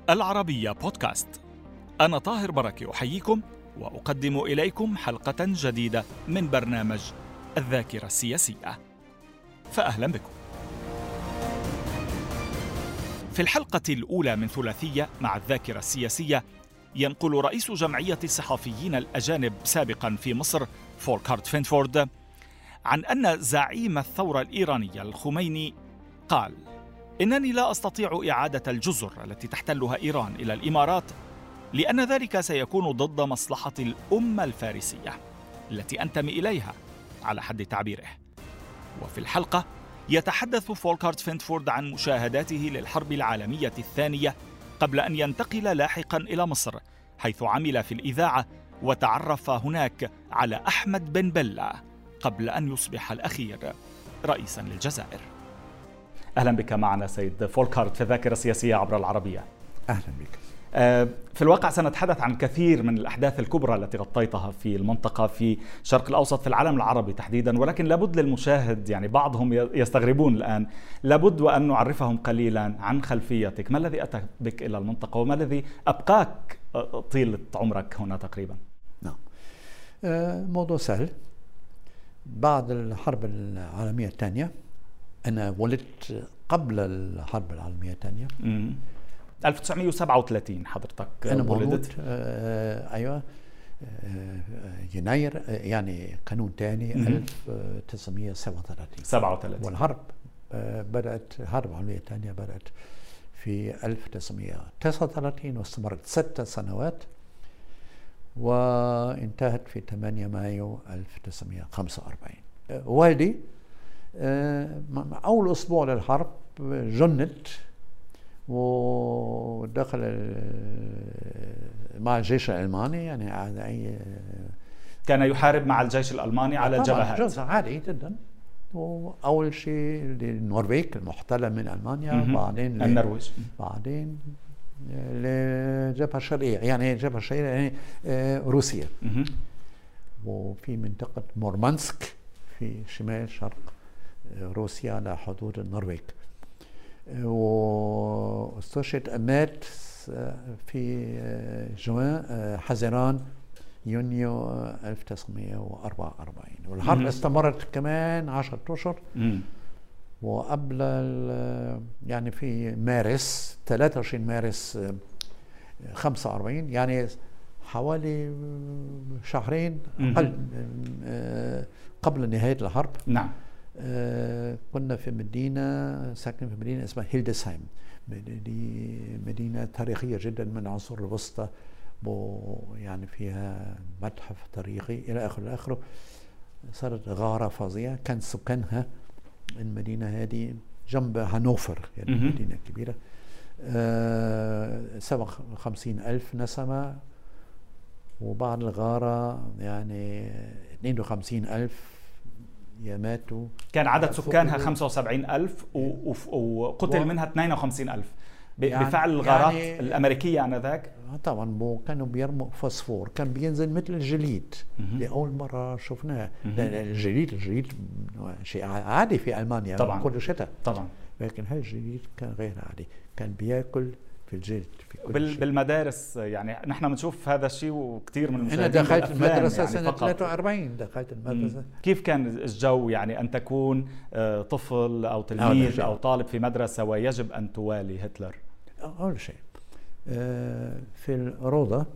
العربية بودكاست. أنا طاهر بركة أحييكم وأقدم إليكم حلقة جديدة من برنامج الذاكرة السياسية، فأهلا بكم. في الحلقة الأولى من ثلاثية مع الذاكرة السياسية ينقل رئيس جمعية الصحفيين الأجانب سابقا في مصر فولكارت فينفورد عن أن زعيم الثورة الإيرانية الخميني قال: إنني لا أستطيع إعادة الجزر التي تحتلها إيران إلى الإمارات، لأن ذلك سيكون ضد مصلحة الأمة الفارسية التي أنتمي إليها على حد تعبيره. وفي الحلقة يتحدث فولكارت فينفورد عن مشاهداته للحرب العالمية الثانية قبل أن ينتقل لاحقا إلى مصر، حيث عمل في الإذاعة وتعرف هناك على أحمد بن بلة قبل أن يصبح الأخير رئيسا للجزائر. أهلا بك معنا سيد فولكارت في الذاكرة السياسية عبر العربية. أهلا بك. في الواقع سنتحدث عن كثير من الأحداث الكبرى التي غطيتها في المنطقة، في الشرق الأوسط، في العالم العربي تحديدا، ولكن لابد للمشاهد، يعني بعضهم يستغربون الآن، لابد وأن نعرفهم قليلا عن خلفيتك. ما الذي أتى بك إلى المنطقة وما الذي أبقاك طيلة عمرك هنا تقريبا؟ نعم، موضوع سهل. بعد الحرب العالمية الثانية، أنا ولدت قبل الحرب العالمية الثانية. 1937 حضرتك أنا ولدت؟ أيوة، يناير، يعني قانون ثاني 1937. والحرب بدأت، الحرب العالمية الثانية بدأت في 1939 واستمرت 6 سنوات وانتهت في 8 مايو 1945. والدي أول أسبوع للحرب جند ودخل مع الجيش الألماني، يعني كان يحارب مع الجيش الألماني على الجبهات. جزء عادي جدا. وأول شيء للنرويج المحتلة من ألمانيا، بعدين النرويج، بعدين للجبهة الشرقية، يعني الجبهة الشرقية يعني روسيا. وفي منطقة مورمانسك في شمال شرق روسيا على حدود النرويج. واستشهد مات في حزيران يونيو 1944. والحرب استمرت كمان 10 أشهر. وقبل يعني في مارس 23 مارس 45، يعني حوالي شهرين قبل نهاية الحرب. نعم. كنا في مدينة، ساكن في مدينة اسمها هيلدسهايم. دي مدينة تاريخية جدا من العصور الوسطى، يعني فيها متحف تاريخي إلى آخره. صارت غارة فظيعة، كان سكانها المدينة هذه جنب هانوفر، يعني مدينة كبيرة، 57,000 نسمة. وبعد الغارة يعني 52,000 ماتوا. كان عدد سكانها 75,000 وقتل منها 52,000 بفعل الغارات يعني الأمريكية آنذاك. طبعا كانوا بيرموا فوسفور، كان بينزل مثل الجليد. لأول مرة شفناه. الجليد شيء عادي في ألمانيا طبعا كل شتاء طبعا، لكن هذا الجليد كان غير عادي، كان بياكل في الجلد في كل بالمدارس. يعني نحن بنشوف هذا الشيء وكثير من المشاهدين. أنا دخلت المدرسة يعني سنة 43. دخلت المدرسة. كيف كان الجو، يعني أن تكون طفل أو تلميذ أو طالب في مدرسة ويجب أن توالي هتلر؟ أول شيء في الروضة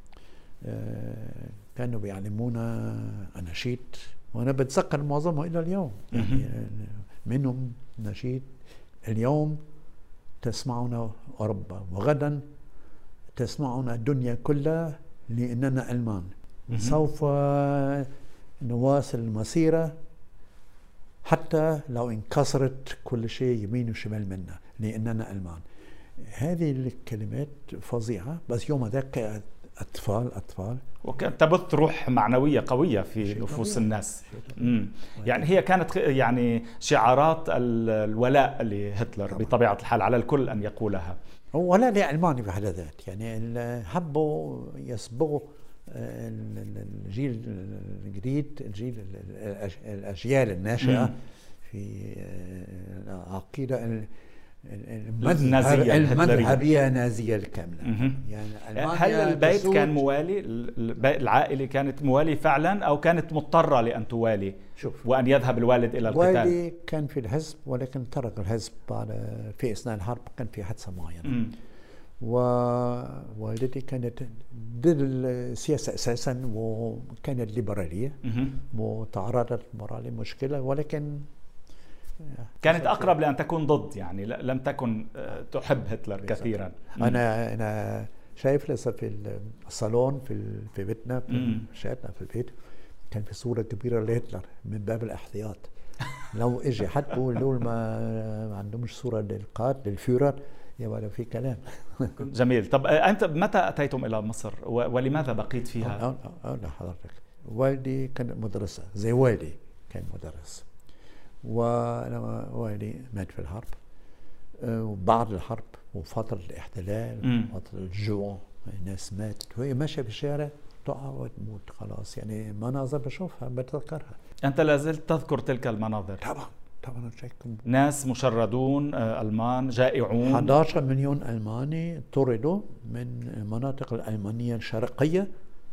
كانوا بيعلمونا أناشيد، وأنا بتذكر معظمهم إلى اليوم. يعني منهم نشيد: اليوم تسمعنا أوروبا، وغدا تسمعنا الدنيا كلها، لأننا ألمان. سوف نواصل المسيرة حتى لو انكسرت كل شيء يمين وشمال منا، لأننا ألمان. هذه الكلمات فظيعة، بس يوم ذاك أطفال وكانت تبث روح معنوية قوية في نفوس الناس. يعني هي كانت يعني شعارات الولاء لهتلر بطبيعة الحال، على الكل أن يقولها. ولا لألمانيا بحد ذات، يعني حبوا يسبقوا الجيل الجديد، الأجيال الناشئة في العقيدة المذهبية النازية الكاملة. يعني هل البيت كان موالي؟ العائلة كانت موالي فعلا أو كانت مضطرة لأن توالي؟ شوف، وأن يذهب الوالد إلى القتال. والدي كان في الحزب ولكن ترك الحزب في أثناء الحرب، كان في حادثة معينة. ووالدتي كانت ضد السياسة أساسا وكانت ليبرالية وتعرضت مرة لمشكلة، ولكن كانت أقرب لأن تكون ضد، يعني لم تكن تحب هتلر كثيرا. أنا شايف لسه في الصالون في بيتنا، في شقتنا في البيت، كان في صورة كبيرة لهتلر من باب الاحتياط. لو اجي حد بقول دول ما عندهمش صورة للقائد للفيورر يبقى في كلام. جميل. طب أنت متى أتيتم إلى مصر ولماذا بقيت فيها؟ لا حضرتك، والدي كان مدرسة زي والدي كان مدرس، وأنا والدي مات في الحرب، وبعد الحرب وفترة الاحتلال وفترة الجوع الناس ماتت وهي ماشية في الشارع تقع وتموت خلاص، يعني مناظر بشوفها بتذكرها. أنت لازلت تذكر تلك المناظر؟ طبعا ناس مشردون ألمان جائعون. 11 مليون ألماني طردوا من المناطق الألمانية الشرقية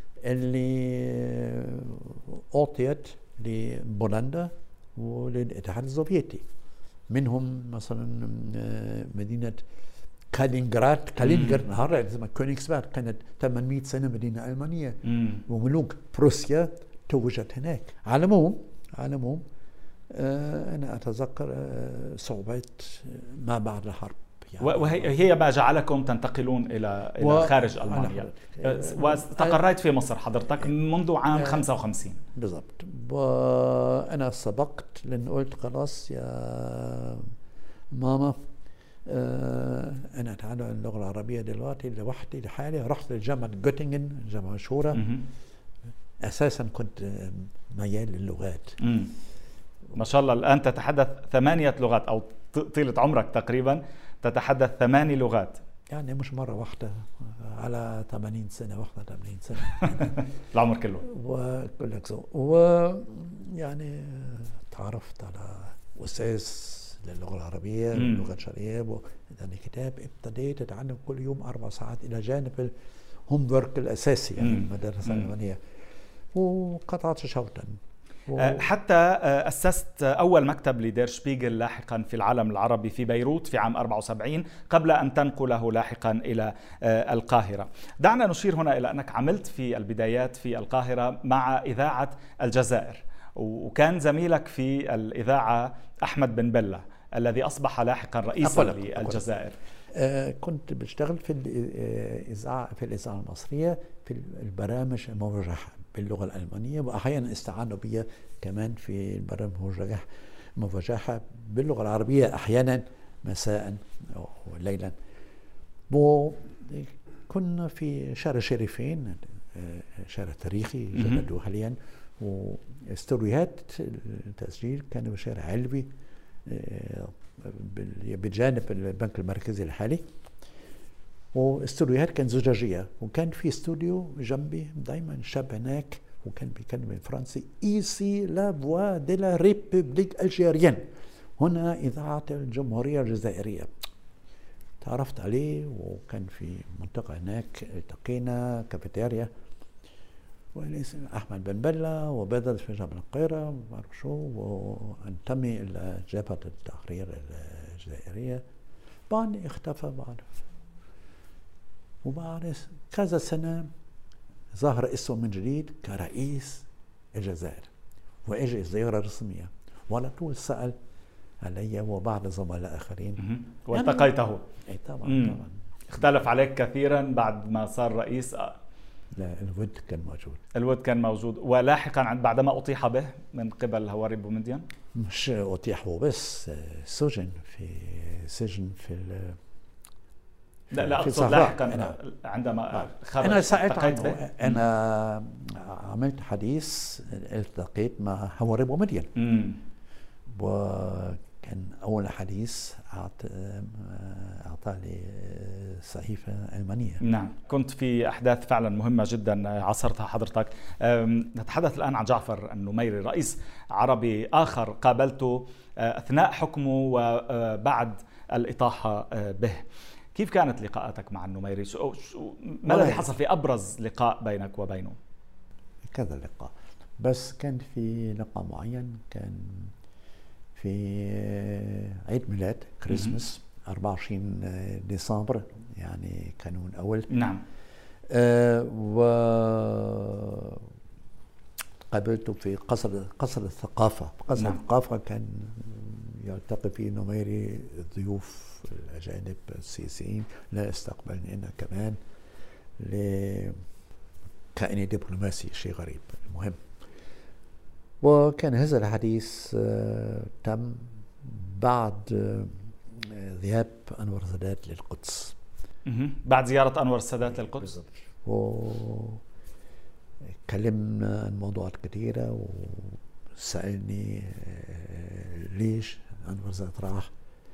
اللي أعطيت لبولندا وللاتحاد السوفيتي، منهم مثلا مدينة كالينغراد نهار اسمها كونيغسبرغ، كانت 800 سنة مدينة ألمانية وملوك بروسيا توجت هناك. على العموم أنا أتذكر صعوبات ما بعد الحرب، يعني وهي ما جعلكم تنتقلون إلى خارج ألمانيا، واستقريت في مصر حضرتك منذ عام 55 بالضبط. وأنا سبقت لأن قلت خلاص يا ماما أنا أتعلم اللغة العربية دلوقتي لوحدي لحالي. رحت لجامعة جوتنغن، جامعة مشهورة. أساسا كنت ميال للغات. ما شاء الله، الآن تتحدث 8 لغات أو طيلة عمرك تقريبا تتحدث 8 لغات، يعني مش مرة واحدة على 80 سنة، 81 سنة العمر كله. وكل ويعني تعرفت على أساس للغة العربية واللغة الشرقية، يعني كتاب ابتديت أتعلم كل يوم 4 ساعات إلى جانب الهوم ورك الأساسي، يعني المدرسة الألمانية، وقطعت شوطا. حتى أسست أول مكتب لدير شبيغل لاحقا في العالم العربي في بيروت في عام 74 قبل أن تنقله لاحقا إلى القاهرة. دعنا نشير هنا إلى أنك عملت في البدايات في القاهرة مع إذاعة الجزائر، وكان زميلك في الإذاعة أحمد بن بلة الذي أصبح لاحقا رئيسا للجزائر. كنت بشتغل في الإذاعة المصرية في البرامج الموجهة باللغة الألمانية، وأحيانا استعانوا بي كمان في البرامج موجهة باللغة العربية أحيانا مساء وليلا. وكنا في شارع شريفين، شارع تاريخي جددوه حاليا، واستوديوهات التسجيل كانوا بشارع علوي بجانب البنك المركزي الحالي، واستوديوهات كان زجاجية، وكان في استوديو جنبي دايما شاب هناك وكان بيتكلم بالفرنسي، إيسي لا فوا دي لا ريبوبليك الجيريان، هنا إذاعة الجمهورية الجزائرية. تعرفت عليه وكان في منطقة هناك التقينا كافيتيريا، أحمد بن بلة وبدأت في جامعة القاهرة ما بعرف شو، وانتمي إلى جبهة التحرير الجزائرية. بعد اختفى وبعد كذا سنة ظهر اسمه من جديد كرئيس الجزائر، وإجي زيارة رسمية، وعلى طول سأل علي وبعض زملاء آخرين والتقيته. أي طبعا. اختلف عليك كثيرا بعد ما صار رئيس؟ لا، الود كان موجود. ولاحقا بعدما أطيح به من قبل هواري بومدين؟ مش أطيح به بس، سجن في لا أقصد لاحقا عندما خرج. أنا سألت عنه، أنا عملت حديث، التقيت مع هواري بومدين، وكان أول حديث أعطى لي صحيفة ألمانية. نعم، كنت في أحداث فعلا مهمة جدا عاصرتها حضرتك. نتحدث الآن عن جعفر النميري، رئيس عربي آخر قابلته أثناء حكمه وبعد الإطاحة به. كيف كانت لقاءاتك مع النميري؟ ما الذي حصل في أبرز لقاء بينك وبينه؟ كذا لقاء، بس كان في لقاء معين كان في عيد ميلاد كريسمس 24 ديسمبر، يعني كانون أول. نعم. وقابلته في قصر الثقافة. قصر نعم. الثقافة كان يلتقي فيه نميري الضيوف الأجانب السياسيين، لا استقبلني أنا كمان كأني دبلوماسي، شيء غريب. المهم، وكان هذا الحديث تم بعد ذهاب أنور السادات للقدس. بعد زيارة أنور السادات للقدس. وكلمنا عن موضوعات كثيرة، وسألني ليش أنور السادات راح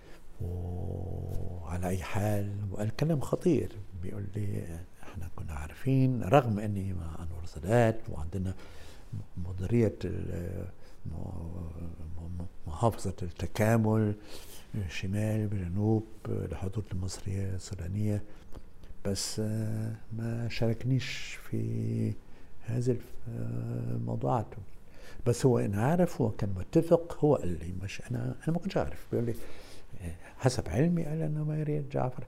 وعلى أي حال، وقال كلام خطير. بيقول لي احنا كنا عارفين رغم أني مع أنور السادات وعندنا مديرية محافظة التكامل شمال بجنوب الحدود المصرية السودانية، بس ما شاركنيش في هذه الموضوعات. بس هو إن عارف، هو كان متفق، هو قال لي، مش أنا ما كنتش عارف. بيقول لي حسب علمي قال أنه نميري جعفر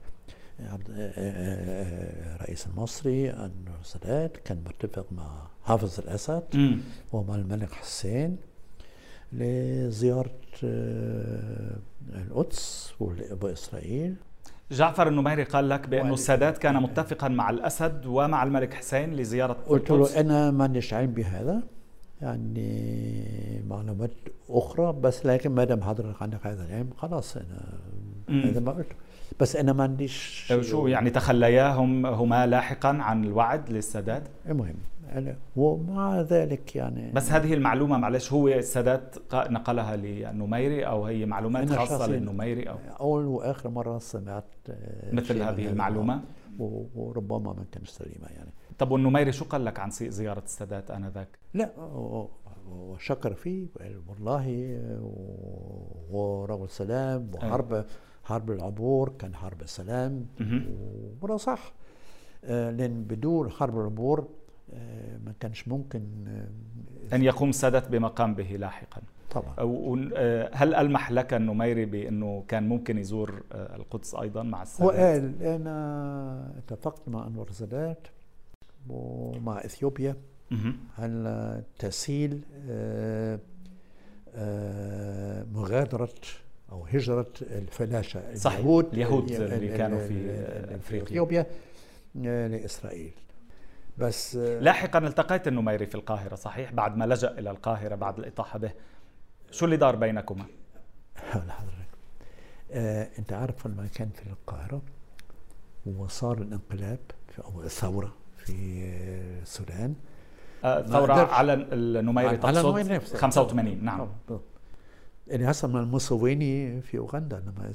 الرئيس المصري أنور السادات كان متفق مع حافظ الأسد ومع الملك حسين لزيارة القدس وإسرائيل. جعفر النميري قال لك بأنه السادات كان متفقا مع الأسد ومع الملك حسين لزيارة القدس. قلت له أنا ما عنديش علم بهذا، يعني معلومات أخرى، بس لكن ما دام حضرتك عندك هذا العلم خلاص أنا هذا ما قلته. بس أنا ما عنديش شو يعني تخليا هما لاحقا عن الوعد للسادات؟ المهم ومع ذلك يعني، بس هذه المعلومة معلش هو السادات نقلها للنميري أو هي معلومات خاصة للنميري؟ أو أول وآخر مرة سمعت مثل هذه المعلومة، وربما ما كانش سليمة يعني. طب والنميري شو قال لك عن زيارة السادات آنذاك؟ لا، وشكر فيه والله، ورجل سلام، حرب العبور كان حرب السلام، وده صح، لأن بدون حرب العبور ما كانش ممكن أن يقوم السادات بما قام به لاحقا. طبعا. هل ألمح لك النميري بأنه كان ممكن يزور القدس أيضا مع السادات؟ وقال أنا اتفقت مع أنور السادات ومع إثيوبيا على تسهيل مغادرة أو هجرة الفلاشة اليهود اللي كانوا في إثيوبيا لإسرائيل. بس لاحقا التقيت النميري في القاهرة صحيح؟ بعد ما لجأ إلى القاهرة بعد الإطاحة به، شو اللي دار بينكما؟ حضرتك أنت عارف لما كان في القاهرة وصار الانقلاب أو الثورة في السودان، ثورة على النميري تقصد 85؟ نعم. يعني حصل مع الموسويني في أوغندا لما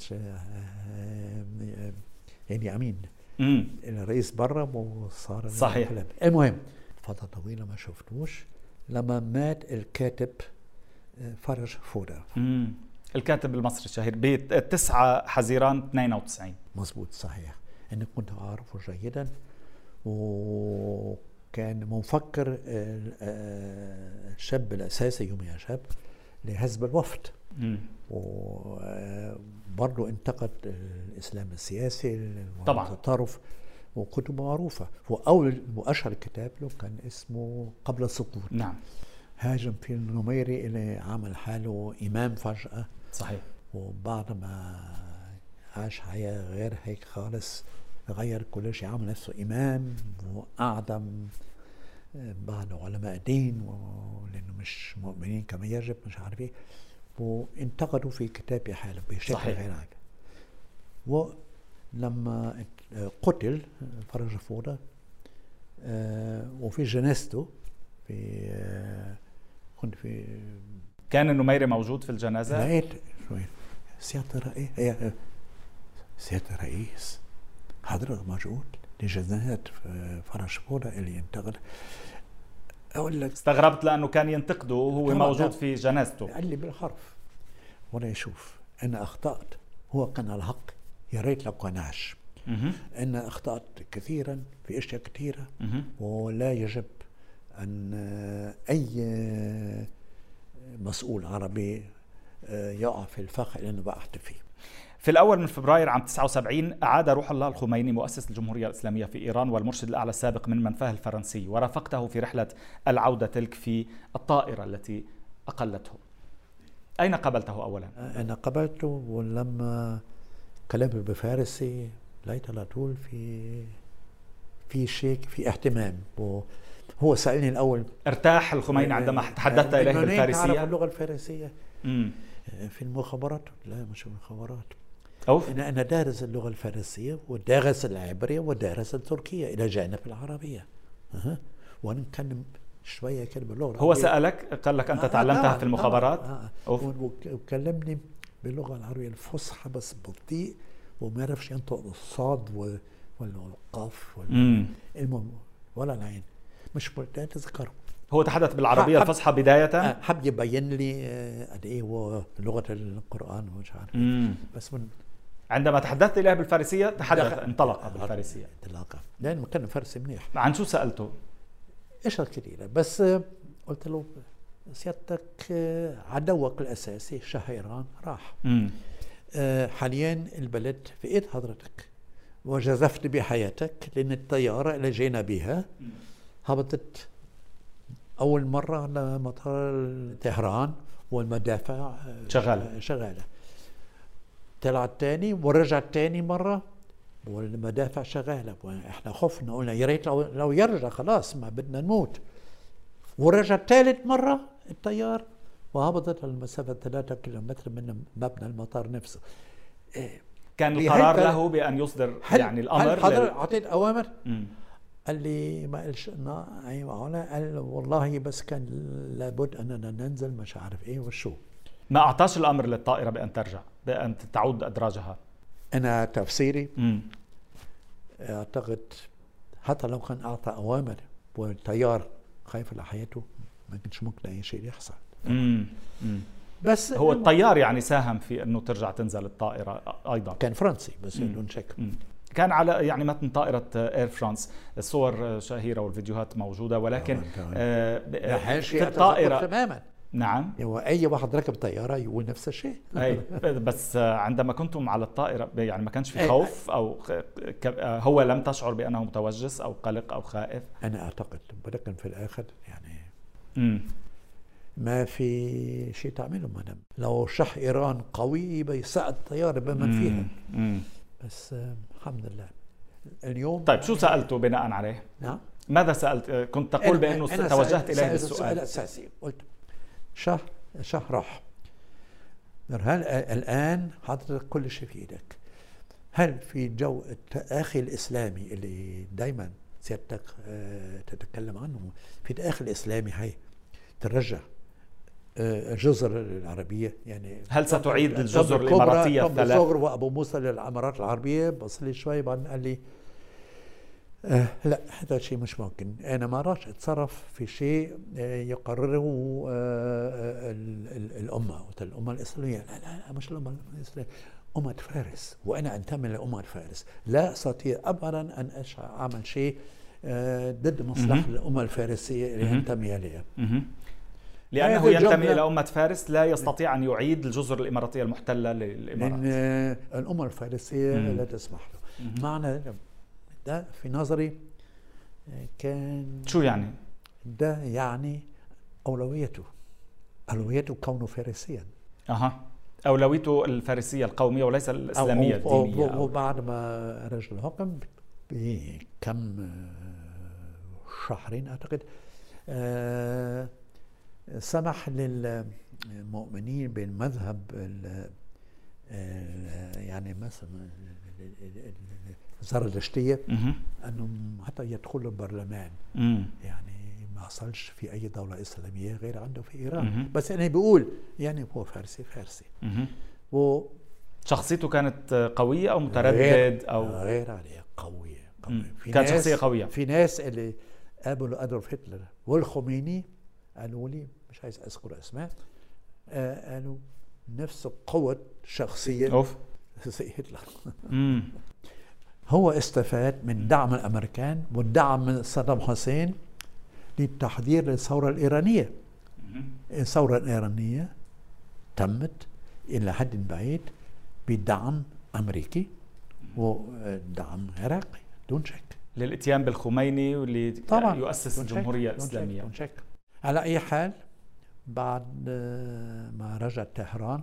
يعني أمين الرئيس برا وصار صحيح. المهم فترة طويلة ما شفتوش لما مات الكاتب فرج فودة، الكاتب المصري الشهير ب9 حزيران 92. مظبوط صحيح. أنا كنت أعرفه جيدا، وكان مفكر الشاب الأساسي يوميا شاب لحزب الوفد، وبرضه انتقد الإسلام السياسي طبعا التطرف، وكتب معروفة. وأول وأشهر كتاب له كان اسمه قبل السقوط. نعم. هاجم في النميري اللي عمل حاله إمام فجأة. صحيح. وبعد ما عاش حياة غير هيك خالص غير كل شيء، عمل نفسه إمام وأعدم بعض علماء دين لأنه مش مؤمنين كما يجب، مش عارف إيه، وانتقدوا في كتاب حاله بشكل غير عادي. ولما قتل فرج فودة وفي جنازته كنت في كان النميري موجود في الجنازة؟ لقيت سيادة الرئيس حضرتك موجود لجنازة فرج فودة اللي انتقد. أقول لك استغربت لأنه كان ينتقده وهو موجود في جنازته. قال لي بالحرف، وأنا يشوف أنا أخطأت هو كان على حق، يا ريت لو كانش. أنا أخطأت كثيرا في أشياء كثيرة، ولا يجب أن أي مسؤول عربي يقع في الفخ اللي أنا وقعت فيه. في الأول من فبراير عام 79 أعاد روح الله الخميني مؤسس الجمهورية الإسلامية في إيران والمرشد الأعلى السابق من منفاه الفرنسي، ورافقته في رحلة العودة تلك في الطائرة التي أقلته. أين قابلته أولا؟ أنا قابلته ولما كلمت بفارسي لقيت على طول في شيء، في اهتمام. وهو سألني الأول. ارتاح الخميني عندما تحدثت إليه بالفارسية؟ تعرف اللغة الفارسية في المخابرات؟ لا مش المخابرات. أنا دارس اللغة الفارسية ودارس العبرية ودارس التركية إلى جانب العربية. وأنا نتكلم شوية كلمة باللغة العربية. هو سألك قال لك أنت تعلمتها في المخابرات؟ وكلمني باللغة العربية الفصحى بس بطيء، وما يعرفش ينطق الصاد والقاف المهم ولا العين، مش تذكره. هو تحدث بالعربية الفصحى بداية؟ حب يبين لي قد ايه هو لغة القرآن ومش عارف. بس عندما تحدثت إليه بالفارسية تحدث انطلق بالفارسية. لأن ما كان فارسي منيح. عن شو سألته؟ اشياء كثيرة، بس قلت له سيادتك عدوك الأساسي شاه إيران راح. حاليا البلد في ايد حضرتك، وجازفت بحياتك، لأن الطيارة اللي جينا بها هبطت أول مرة على مطار طهران والمدافع شغالة. طلعت تاني ورجعت تاني مرة والمدافع شغالة، واحنا خفنا قلنا يا ريت لو يرجع، خلاص ما بدنا نموت. ورجع ثالث مرة الطيار وهبطت على المسافة 3 كيلومتر من مبنى المطار نفسه. كان القرار له بأن يصدر يعني الأمر؟ حضرتك أعطيت أوامر؟ قال لي ما قالش قال والله بس كان لابد أننا ننزل مش عارف إيه وشو. ما أعطاش الأمر للطائرة بأن ترجع، بأن تعود أدراجها؟ أنا تفسيري أعتقد حتى لو كان أعطى أوامر والطيار خايف على حياته ما كانش ممكن أي شيء يحصل. بس هو الطيار يعني ساهم في أنه ترجع تنزل الطائرة أيضا. كان فرنسي بس بدون شك. كان على يعني متن طائرة اير فرانس، الصور شهيرة والفيديوهات موجودة، ولكن في الطائرة تماما. نعم، هو أي واحد ركب طيارة يقول نفس الشيء. أي بس عندما كنتم على الطائرة يعني ما كانش في خوف أو هو لم تشعر بأنه متوجس أو قلق أو خائف؟ أنا أعتقد، ولكن في الآخر يعني ما في شيء تعمله. مدام لو شح إيران قوي بيساعد الطيارة بمن فيها. بس الحمد لله اليوم. طيب شو سألته بناء عليه؟ نعم ماذا سألت؟ كنت تقول بأنه توجهت إليه بالسؤال الأساسي. قلت شاه راح، هل الآن حضرتك كل شيء في إيدك؟ هل في جو التآخي الإسلامي اللي دايما سيادتك تتكلم عنه، في التآخي الإسلامي هاي ترجع الجزر العربية؟ يعني هل ستعيد الجزر الإماراتية الثلاث؟ صغر وأبو موسى للإمارات العربية. بص لي شوي بعدين قال لي لا هذا شيء مش ممكن، أنا ما راح أتصرف في شيء يقرره الأمة الإسلامية. لا مش الأمة الإسلامية، أمة فارس، وأنا أنتمي لأمة فارس، لا أستطيع أبدا أن أعمل شيء ضد مصلحة الأمة الفارسية اللي أنتمي إليها. لأنه ينتمي إلى أمة فارس لا يستطيع أن يعيد الجزر الإماراتية المحتلة للإمارات، لأن الأمة الفارسية لا تسمح له. معنى ده في نظري كان شو يعني؟ ده يعني أولويته كونه فارسيا. أولويته الفارسية القومية وليس الإسلامية الدينية. وبعد ما رجل الحكم بكم شهرين أعتقد سمح للمؤمنين بالمذهب يعني مثلا الزردشتية أنهم حتى يدخلوا البرلمان. يعني ما حصلش في أي دولة إسلامية غير عنده في إيران. بس أنا بقول يعني هو فارسي. شخصيته كانت قوية أو متردد أو غير عليه؟ قوية. كانت شخصية قوية. في ناس اللي قابلوا أدولف هتلر والخميني قالوا لي، مش عايز أذكر أسماء، قالوا نفس قوة شخصية زي هتلر. مم. هو استفاد من دعم الأمريكان والدعم من صدام حسين للتحضير للثورة الإيرانية. الثورة الإيرانية تمت إلى حد بعيد بدعم أمريكي ودعم عراقي دون شك، للاتيان بالخميني واللي طبعا يؤسس الجمهورية الإسلامية. دون شك. على أي حال بعد ما رجع طهران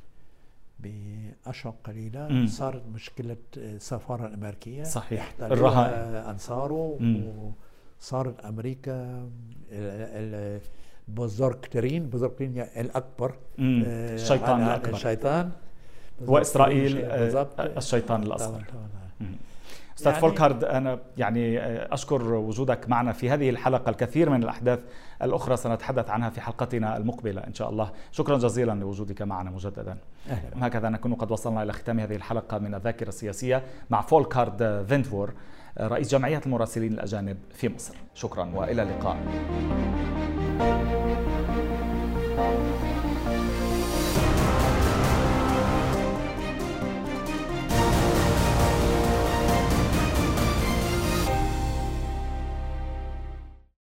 بأشهر قليلة صارت مشكلة السفارة الأمريكية، صحيح، الرهائن أنصاره، وصارت أمريكا بوزركترين الأكبر، الشيطان الأكبر، الشيطان، وإسرائيل الشيطان الأصغر. أستاذ يعني فولكهارد، أنا يعني أشكر وجودك معنا في هذه الحلقة. الكثير من الأحداث الأخرى سنتحدث عنها في حلقتنا المقبلة إن شاء الله. شكرا جزيلا لوجودك معنا مجددا. هكذا نكون قد وصلنا إلى ختام هذه الحلقة من الذاكرة السياسية مع فولكهارد فينتفور، رئيس جمعية المراسلين الأجانب في مصر. شكرا وإلى اللقاء.